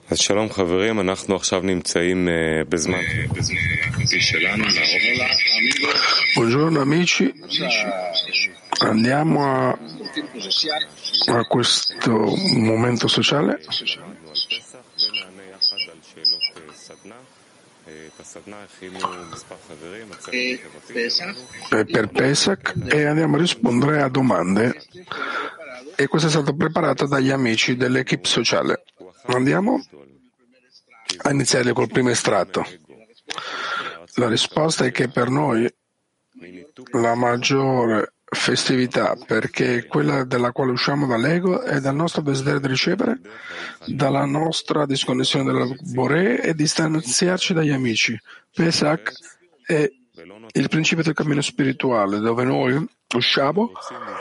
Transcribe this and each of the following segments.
אז שלום חברים, אנחנו עכשיו נמצאים בזמן שלנו. Buongiorno amici, andiamo a questo momento sociale per Pesach e andiamo a rispondere a domande, e questo è stato preparato dagli amici dell'equipe sociale. Andiamo a iniziare col primo estratto. La risposta è che per noi la maggiore festività, perché è quella dalla quale usciamo dall'ego e dal nostro desiderio di ricevere, dalla nostra disconnessione dalla Boré e distanziarci dagli amici. Pesach è il principio del cammino spirituale, dove noi usciamo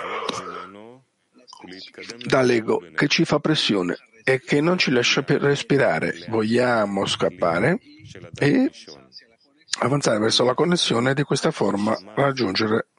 dall'ego che ci fa pressione e che non ci lascia respirare. Vogliamo scappare e avanzare verso la connessione e di questa forma raggiungere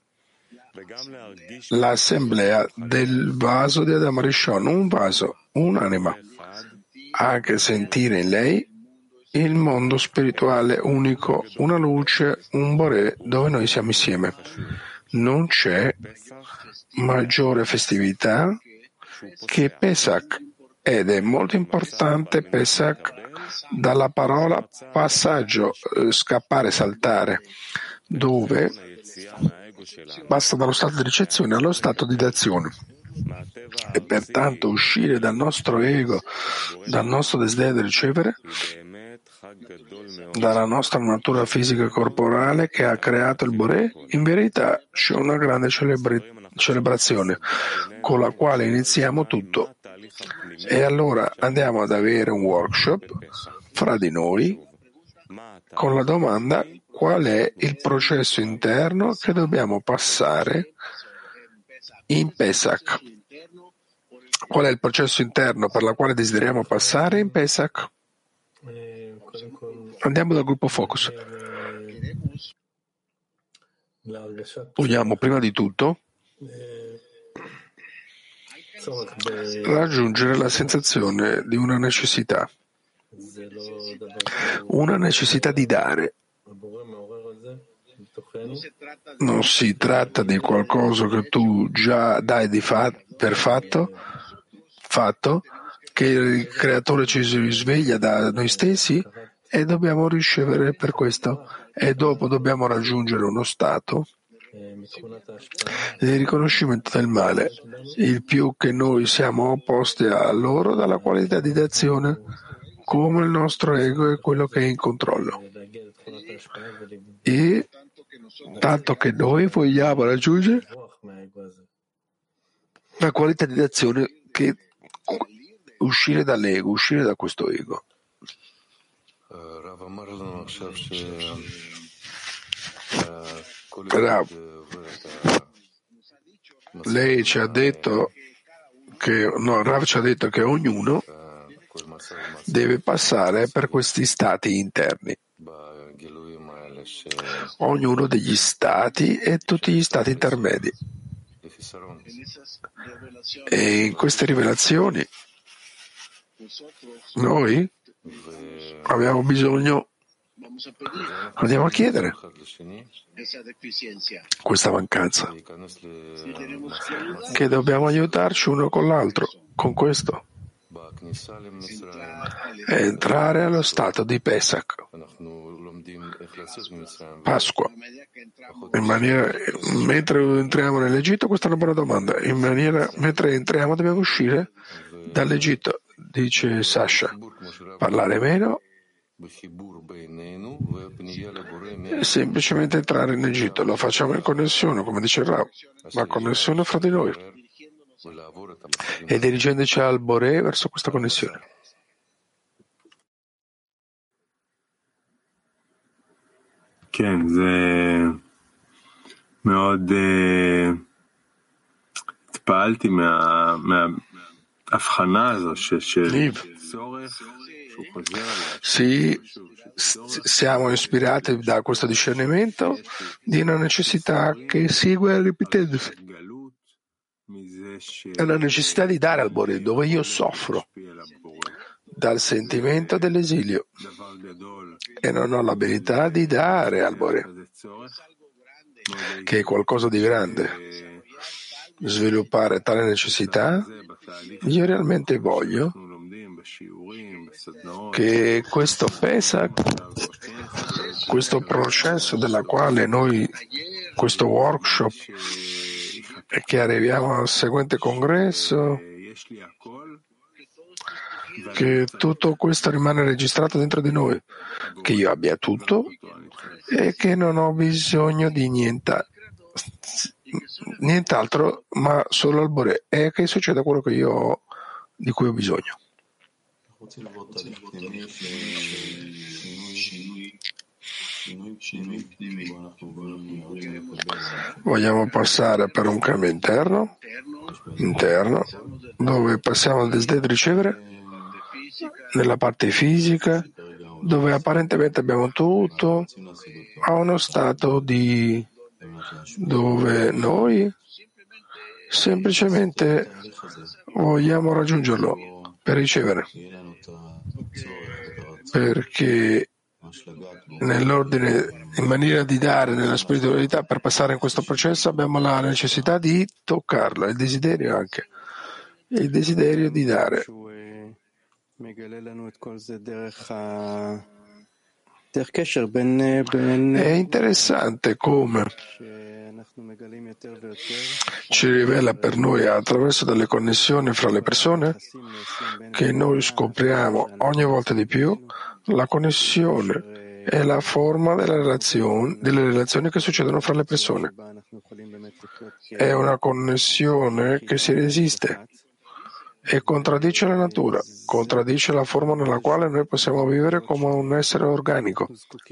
l'assemblea del vaso di Adam Rishon, un vaso, un'anima, anche sentire in lei il mondo spirituale unico, una luce, un Boré dove noi siamo insieme. Non c'è maggiore festività che Pesach, ed è molto importante Pesach dalla parola passaggio, scappare, saltare, dove passa dallo stato di ricezione allo stato di dazione, e pertanto uscire dal nostro ego, dal nostro desiderio di ricevere, dalla nostra natura fisica e corporale che ha creato il Boré. In verità c'è una grande celebrazione con la quale iniziamo tutto, e allora andiamo ad avere un workshop fra di noi con la domanda: qual è il processo interno che dobbiamo passare in Pesach? Qual è il processo interno per la quale desideriamo passare in Pesach? Andiamo dal gruppo Focus. Vogliamo prima di tutto raggiungere la sensazione di una necessità di dare. Non si tratta di qualcosa che tu già dai per fatto, che il creatore ci risveglia da noi stessi e dobbiamo ricevere per questo, e dopo dobbiamo raggiungere uno stato di riconoscimento del male, il più che noi siamo opposti a loro dalla qualità di dazione, come il nostro ego è quello che è in controllo, e tanto che noi vogliamo raggiungere la qualità di dazione, che uscire dall'ego, uscire da questo ego. Rav, lei ci ha detto Rav ci ha detto che ognuno deve passare per questi stati interni, ognuno degli stati e tutti gli stati intermedi, e in queste rivelazioni noi abbiamo bisogno, andiamo a chiedere questa mancanza, che dobbiamo aiutarci uno con l'altro, con questo, e entrare allo stato di Pesach, Pasqua. Mentre entriamo nell'Egitto, questa è una buona domanda, mentre entriamo dobbiamo uscire dall'Egitto, dice Sasha, parlare meno e semplicemente entrare in Egitto. Lo facciamo in connessione, come dice Rav, la connessione fra di noi, e dirigendoci al Boré verso questa connessione. כן, זה מאוד התפעלתי מההבחנה הזו של צורך שהוא חוזר על Sì, siamo ispirati da questo discernimento di una necessità che segue ripetendosi. È la necessità di dare al Boré, dove io soffro dal sentimento dell'esilio e non ho l'abilità di dare al Boré, che è qualcosa di grande. Sviluppare tale necessità, io realmente voglio che questo Pesach, questo processo della quale noi, questo workshop, e che arriviamo al seguente congresso, che tutto questo rimane registrato dentro di noi, che io abbia tutto e che non ho bisogno di nient'altro, ma solo al Boré, e che succeda quello che io ho, di cui ho bisogno. Vogliamo passare per un cambio interno, dove passiamo dal desiderio di ricevere nella parte fisica, dove apparentemente abbiamo tutto, a uno stato dove noi semplicemente vogliamo raggiungerlo per ricevere, perché nell'ordine, in maniera di dare nella spiritualità, per passare in questo processo abbiamo la necessità di toccarlo, il desiderio anche, il desiderio di dare. È interessante come ci rivela per noi attraverso delle connessioni fra le persone che noi scopriamo ogni volta di più la connessione e la forma delle relazioni che succedono fra le persone. È una connessione che si resiste e contraddice la natura, contraddice la forma nella quale noi possiamo vivere come un essere organico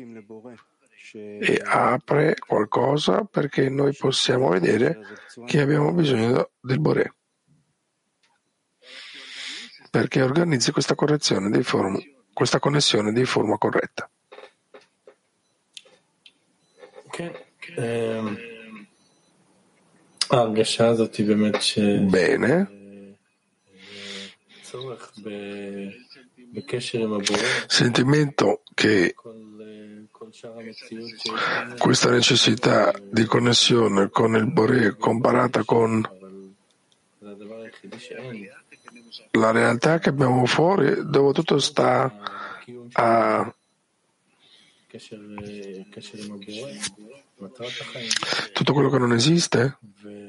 e apre qualcosa perché noi possiamo vedere che abbiamo bisogno del Boré, perché organizzi questa questa connessione di forma corretta. Bene. Sentimento che questa necessità di connessione con il Boré comparata con la realtà che abbiamo fuori, dove tutto sta a tutto quello che non esiste,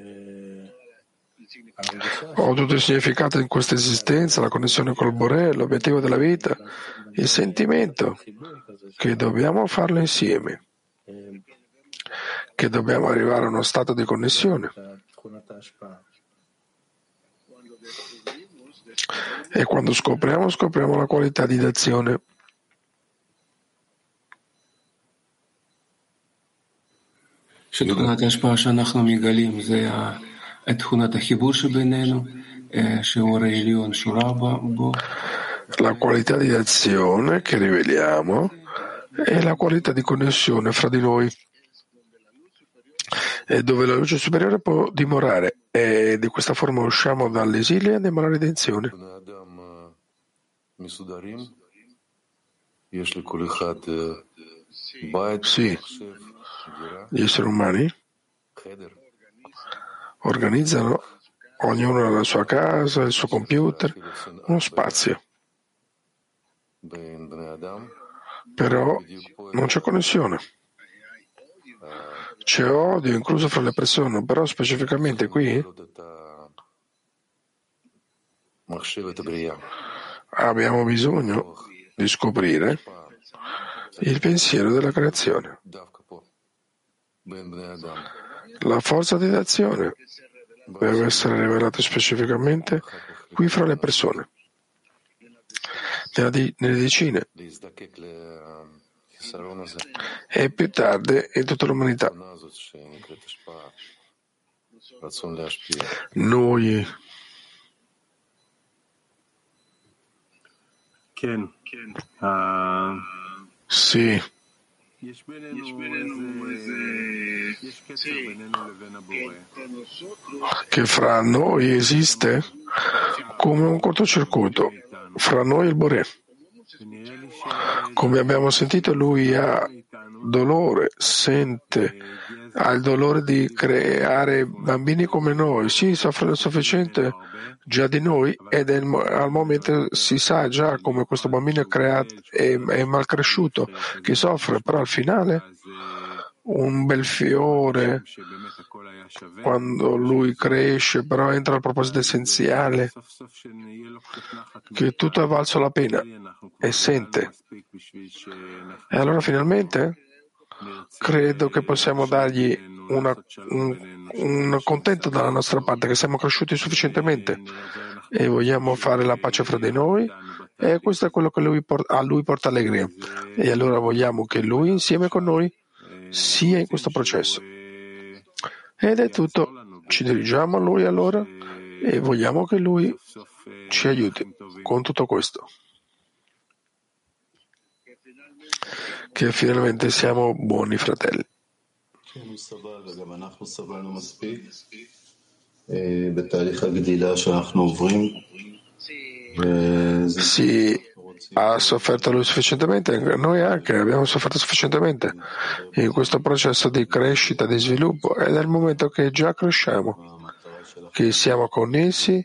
ho tutto il significato in questa esistenza, la connessione col Boré, l'obiettivo della vita, il sentimento che dobbiamo farlo insieme, che dobbiamo arrivare a uno stato di connessione. E quando scopriamo la qualità di d'azione. La qualità di azione che riveliamo è la qualità di connessione fra di noi, e dove la luce superiore può dimorare, e di questa forma usciamo dall'esilio e andiamo alla redenzione. Sì, gli esseri umani organizzano ognuno la sua casa, il suo computer, uno spazio. Però non c'è connessione. C'è odio incluso fra le persone, però specificamente qui abbiamo bisogno di scoprire il pensiero della creazione, la forza di azione deve essere rivelata specificamente qui fra le persone, nelle decine e più tardi in tutta l'umanità. Noi sì, che fra noi esiste come un cortocircuito fra noi e il Boré. Come abbiamo sentito, lui ha dolore, ha il dolore di creare bambini come noi. Sì, soffre lo sufficiente già di noi ed al momento si sa già come questo bambino è malcresciuto, che soffre, però al finale un bel fiore, quando lui cresce, però entra al proposito essenziale, che tutto è valso la pena e sente. E allora finalmente credo che possiamo dargli un contento dalla nostra parte, che siamo cresciuti sufficientemente e vogliamo fare la pace fra di noi, e questo è quello che a lui porta allegria. E allora vogliamo che lui insieme con noi sia in questo processo. Ed è tutto. Ci dirigiamo a lui allora e vogliamo che lui ci aiuti con tutto questo. Che finalmente siamo buoni fratelli. Sì, ha sofferto lui sufficientemente, noi anche abbiamo sofferto sufficientemente in questo processo di crescita, di sviluppo, ed è il momento che già cresciamo, che siamo connessi,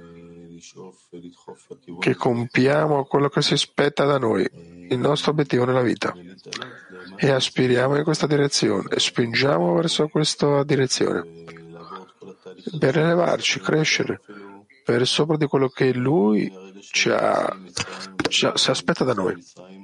che compiamo quello che si aspetta da noi, il nostro obiettivo nella vita, e aspiriamo in questa direzione, e spingiamo verso questa direzione per elevarci, crescere per sopra di quello che lui si aspetta da noi.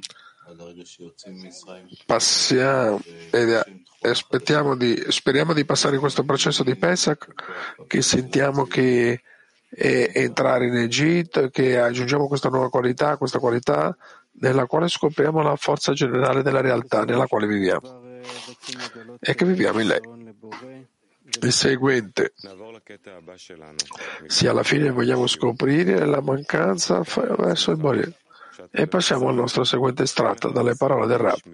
Passiamo e speriamo di passare in questo processo di Pesach, che sentiamo che è entrare in Egitto, che aggiungiamo questa nuova qualità, nella quale scopriamo la forza generale della realtà nella quale viviamo e che viviamo in lei. Il seguente, se alla fine vogliamo scoprire la mancanza verso il Boré, e passiamo al nostro seguente estratto dalle parole del Rab.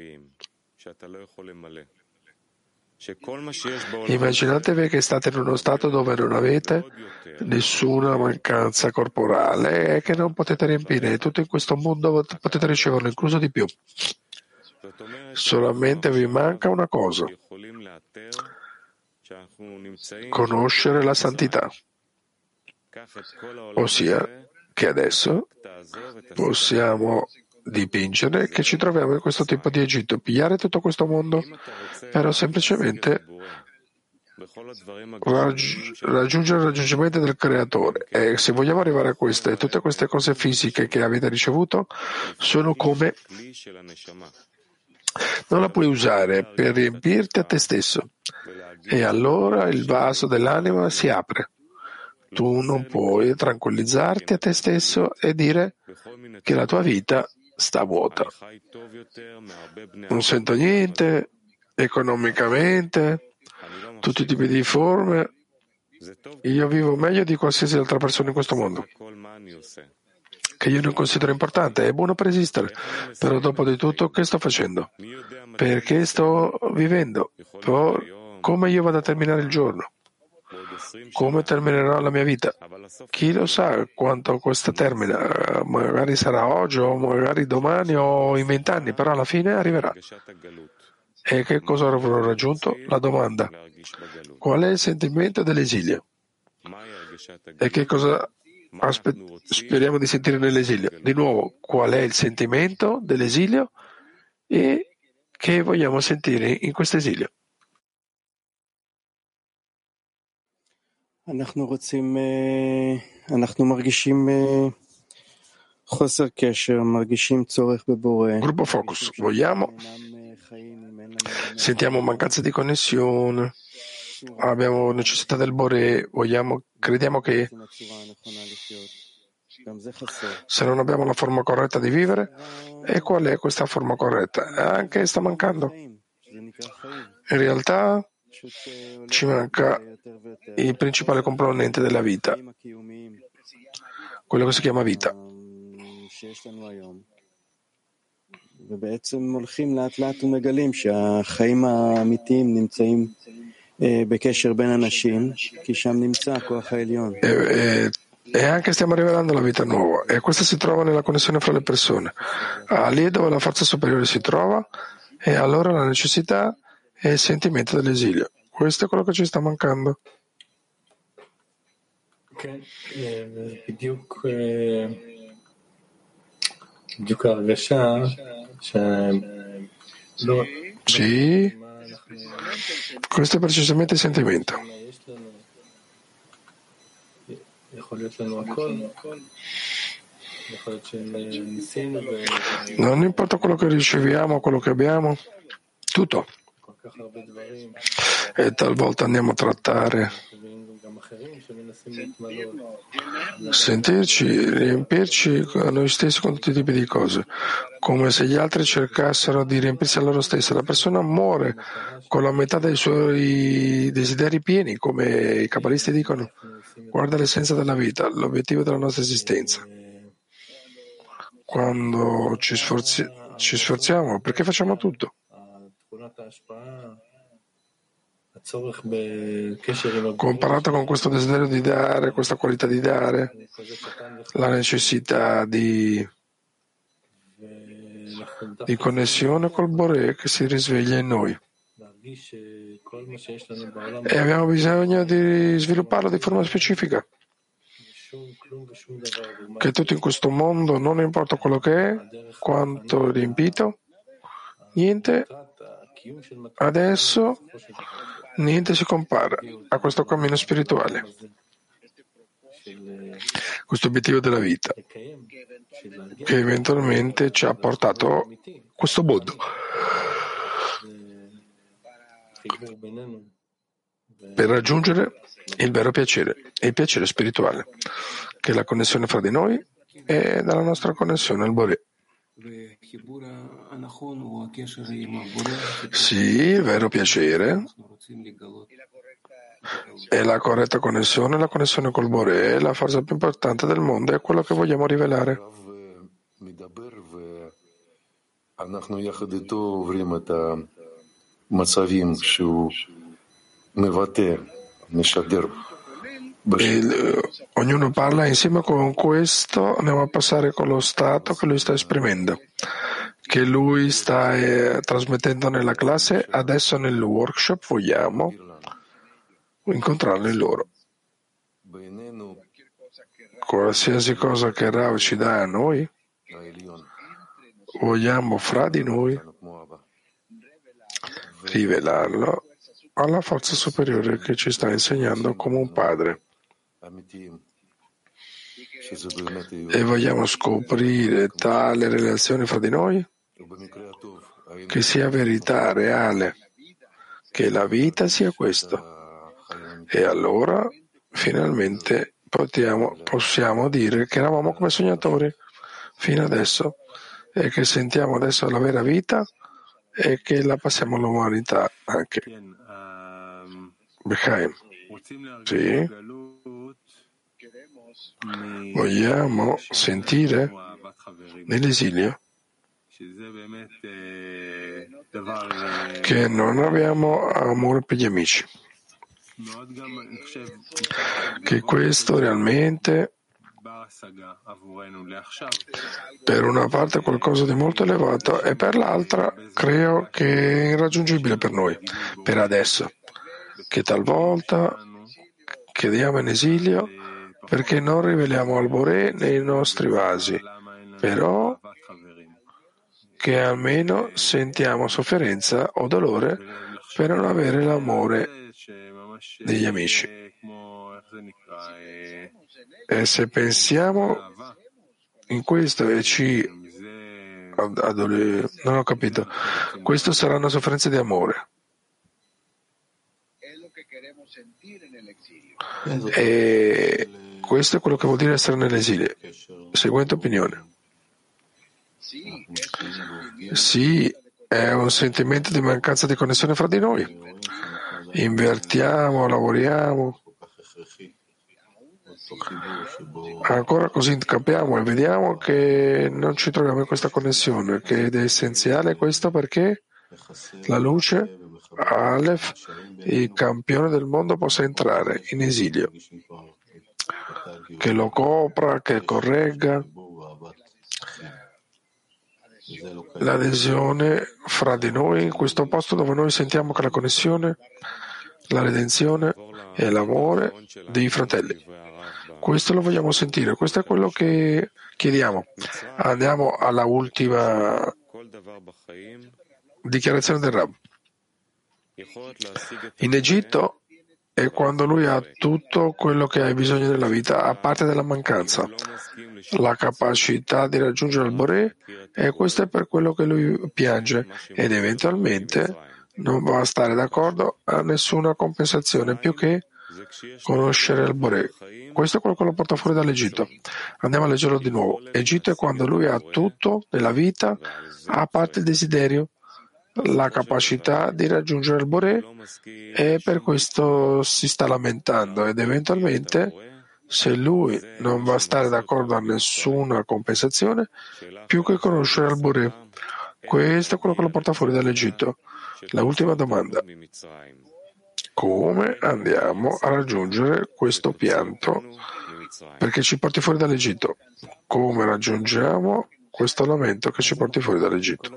Immaginatevi che state in uno stato dove non avete nessuna mancanza corporale e che non potete riempire tutto in questo mondo, potete riceverlo incluso di più. Solamente vi manca una cosa: conoscere la santità, ossia che adesso possiamo dipingere che ci troviamo in questo tipo di Egitto, pigliare tutto questo mondo, però semplicemente raggiungere il raggiungimento del Creatore. E se vogliamo arrivare a queste, tutte queste cose fisiche che avete ricevuto sono come non la puoi usare per riempirti a te stesso, e allora il vaso dell'anima si apre. Tu non puoi tranquillizzarti a te stesso e dire che la tua vita sta vuota. Non sento niente, economicamente, tutti i tipi di forme. Io vivo meglio di qualsiasi altra persona in questo mondo, che io non considero importante. È buono per esistere, però dopo di tutto che sto facendo? Perché sto vivendo? Come io vado a terminare il giorno? Come terminerò la mia vita? Chi lo sa quanto questa termina? Magari sarà oggi o magari domani o in 20 anni, però alla fine arriverà. E che cosa avrò raggiunto? La domanda: qual è il sentimento dell'esilio? E che cosa speriamo di sentire nell'esilio? Di nuovo, qual è il sentimento dell'esilio e che vogliamo sentire in questo esilio? Gruppo Focus, sentiamo mancanza di connessione, abbiamo necessità del Boré, crediamo che se non abbiamo la forma corretta di vivere, e qual è questa forma corretta? Anche sta mancando. In realtà ci manca il principale componente della vita, quello che si chiama vita. e anche stiamo rivelando la vita nuova, e questa si trova nella connessione fra le persone. Lì è dove la forza superiore si trova, e allora la necessità è il sentimento dell'esilio. Questo è quello che ci sta mancando. Sì, questo è precisamente il sentimento. Non importa quello che riceviamo, quello che abbiamo, tutto. E talvolta andiamo a trattare, sentirci, riempirci a noi stessi con tutti i tipi di cose, come se gli altri cercassero di riempirsi a loro stessi. La persona muore con la metà dei suoi desideri pieni, come i cabalisti dicono. Guarda l'essenza della vita, l'obiettivo della nostra esistenza. Quando ci sforziamo, perché facciamo tutto? Comparato con questo desiderio di dare, questa qualità di dare, la necessità di connessione col Boré che si risveglia in noi. E abbiamo bisogno di svilupparlo di forma specifica. Che tutto in questo mondo, non importa quello che è, quanto riempito, niente adesso, niente si compara a questo cammino spirituale, questo obiettivo della vita, che eventualmente ci ha portato questo mondo. Per raggiungere il vero piacere, il piacere spirituale, che è la connessione fra di noi e dalla nostra connessione al Boré. Sì, il vero piacere è la corretta connessione, la connessione col Boré, la forza più importante del mondo, è quello che vogliamo rivelare. Ognuno parla insieme con questo, andiamo a passare con lo stato che lui sta esprimendo, che lui sta trasmettendo nella classe. Adesso nel workshop vogliamo incontrarlo in loro. Qualsiasi cosa che Rav ci dà a noi, vogliamo fra di noi rivelarlo alla forza superiore che ci sta insegnando come un padre. E vogliamo scoprire tale relazione fra di noi che sia verità reale, che la vita sia questo. E allora finalmente possiamo dire che eravamo come sognatori fino adesso e che sentiamo adesso la vera vita e che la passiamo all'umanità anche. Bechaim. Sì. Vogliamo sentire nell'esilio che non abbiamo amore per gli amici, che questo realmente per una parte è qualcosa di molto elevato e per l'altra credo che è irraggiungibile per noi, per adesso, che talvolta chiediamo in esilio perché non riveliamo al Boré nei nostri vasi, però che almeno sentiamo sofferenza o dolore per non avere l'amore degli amici. E se pensiamo in questo e non ho capito, questo sarà una sofferenza di amore. E questo è quello che vuol dire essere nell'esilio. Seguente opinione. Sì, è un sentimento di mancanza di connessione fra di noi. Invertiamo, lavoriamo. Ancora così capiamo e vediamo che non ci troviamo in questa connessione, che ed è essenziale questo perché la luce, Aleph, il campione del mondo, possa entrare in esilio che lo copra, che corregga. L'adesione fra di noi, in questo posto dove noi sentiamo che la connessione, la redenzione e l'amore dei fratelli. Questo lo vogliamo sentire, questo è quello che chiediamo. Andiamo alla ultima dichiarazione del Rab. In Egitto è quando lui ha tutto quello che hai bisogno nella vita, a parte della mancanza, la capacità di raggiungere il Boré, e questo è per quello che lui piange, ed eventualmente non va a stare d'accordo a nessuna compensazione più che conoscere il Boré. Questo è quello che lo porta fuori dall'Egitto. Andiamo a leggerlo di nuovo. Egitto è quando lui ha tutto nella vita, a parte il desiderio, la capacità di raggiungere il Boré, e per questo si sta lamentando, ed eventualmente, se lui non va a stare d'accordo a nessuna compensazione più che conoscere il Boré. Questo è quello che lo porta fuori dall'Egitto. La ultima domanda: come andiamo a raggiungere questo pianto perché ci porti fuori dall'Egitto? Come raggiungiamo questo lamento che ci porti fuori dall'Egitto?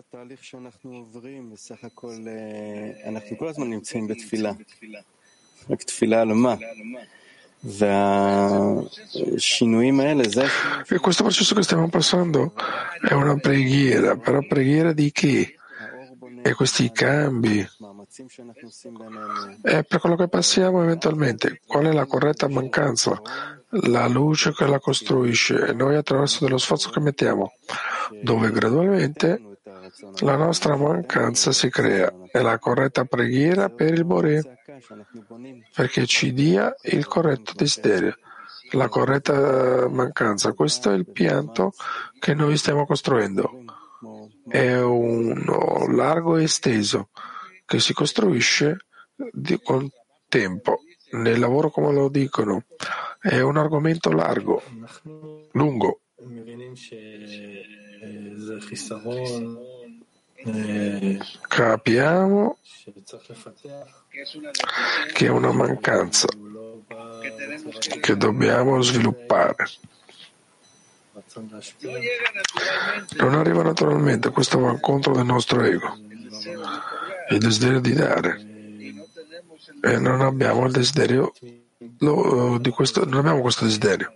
E questo processo che stiamo passando è una preghiera, però preghiera di che? E questi cambi è per quello che passiamo eventualmente. Qual è la corretta mancanza? La luce che la costruisce, e noi attraverso dello sforzo che mettiamo, dove gradualmente la nostra mancanza si crea. È la corretta preghiera per il Boré, perché ci dia il corretto desiderio, la corretta mancanza. Questo è il pianto che noi stiamo costruendo. È uno largo e esteso che si costruisce con tempo. Nel lavoro, come lo dicono, è un argomento largo, lungo. Capiamo che è una mancanza che dobbiamo sviluppare. Non arriva naturalmente, questo va contro del nostro ego, il desiderio di dare, e non abbiamo il desiderio di questo, non abbiamo questo desiderio.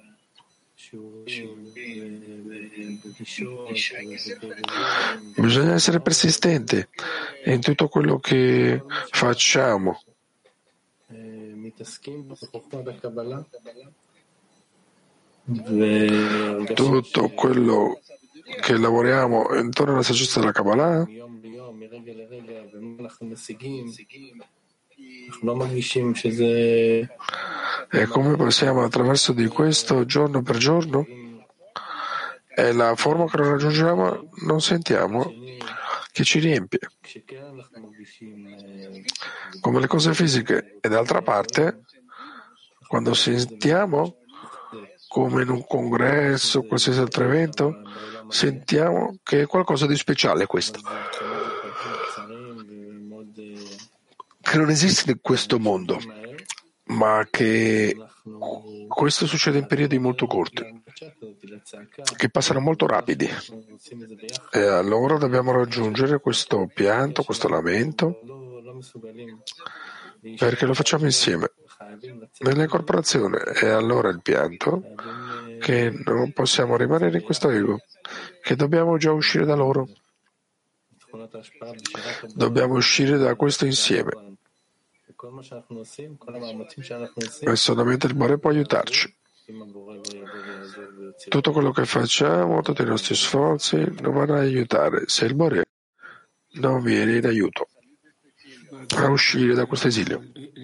Bisogna essere persistenti in tutto quello che facciamo. Tutto quello che lavoriamo intorno alla saggezza della Kabbalah, e come passiamo attraverso di questo giorno per giorno, e la forma che lo raggiungiamo non sentiamo che ci riempie, come le cose fisiche. E d'altra parte, quando sentiamo, come in un congresso, qualsiasi altro evento, sentiamo che è qualcosa di speciale questo, che non esiste in questo mondo, ma che questo succede in periodi molto corti, che passano molto rapidi, e allora dobbiamo raggiungere questo pianto, questo lamento, perché lo facciamo insieme nella corporazione. E allora il pianto che non possiamo rimanere in questo ego, che dobbiamo già uscire da loro, dobbiamo uscire da questo insieme, e solamente il Boré può aiutarci. Tutto quello che facciamo, tutti i nostri sforzi non vanno ad aiutare se il Boré non viene in aiuto a uscire da questo esilio.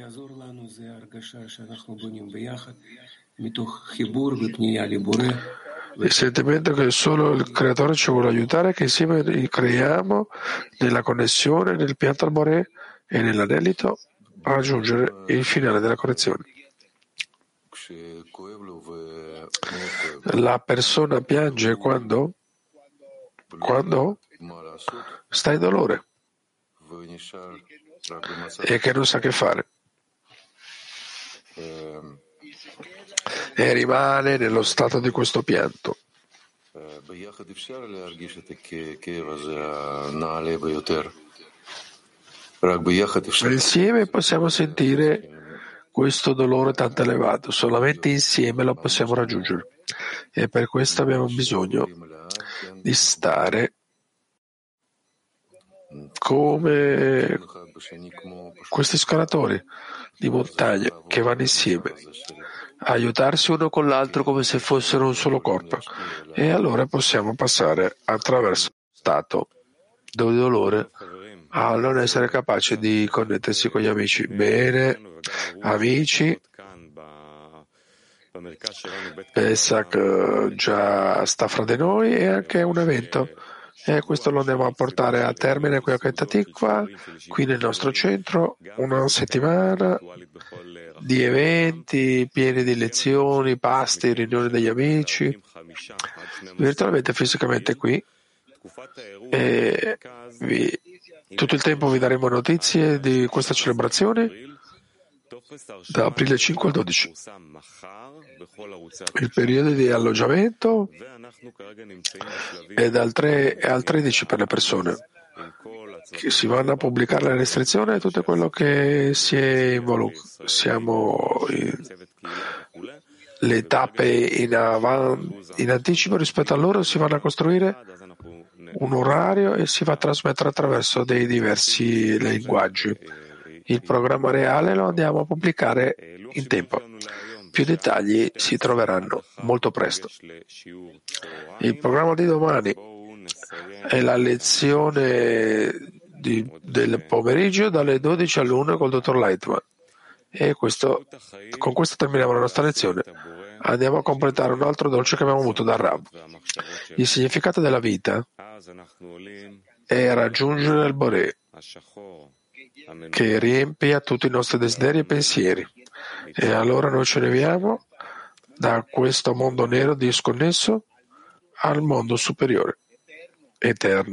Il sentimento che solo il Creatore ci vuole aiutare, che insieme creiamo nella connessione, nel pianto al Boré e nell'anelito a raggiungere il finale della correzione. La persona piange quando sta in dolore e che non sa che fare. e rimane nello stato di questo pianto. Insieme possiamo sentire questo dolore tanto elevato, solamente insieme lo possiamo raggiungere e per questo abbiamo bisogno di stare come questi scalatori di montagna che vanno insieme, aiutarsi uno con l'altro come se fossero un solo corpo, e allora possiamo passare attraverso lo stato del dolore a non essere capaci di connettersi con gli amici. Bene, amici, Pesach già sta fra di noi e anche un evento, e questo lo andiamo a portare a termine qui a Petah Tikva, qui nel nostro centro, una settimana di eventi pieni di lezioni, pasti, riunioni degli amici, virtualmente fisicamente qui, e tutto il tempo vi daremo notizie di questa celebrazione da aprile 5 al 12. Il periodo di alloggiamento è dal 3 al 13 per le persone che si vanno a pubblicare le restrizioni e tutto quello che si è siamo le tappe in anticipo rispetto a loro, si vanno a costruire un orario e si va a trasmettere attraverso dei diversi linguaggi. Il programma reale lo andiamo a pubblicare in tempo. Più dettagli si troveranno molto presto. Il programma di domani è la lezione del pomeriggio dalle 12 all'1 col dottor Lightman. E con questo terminiamo la nostra lezione. Andiamo a completare un altro dolce che abbiamo avuto da Rav. Il significato della vita è raggiungere il Boré, che riempie tutti i nostri desideri e pensieri. E allora noi ci leviamo da questo mondo nero disconnesso al mondo superiore, eterno.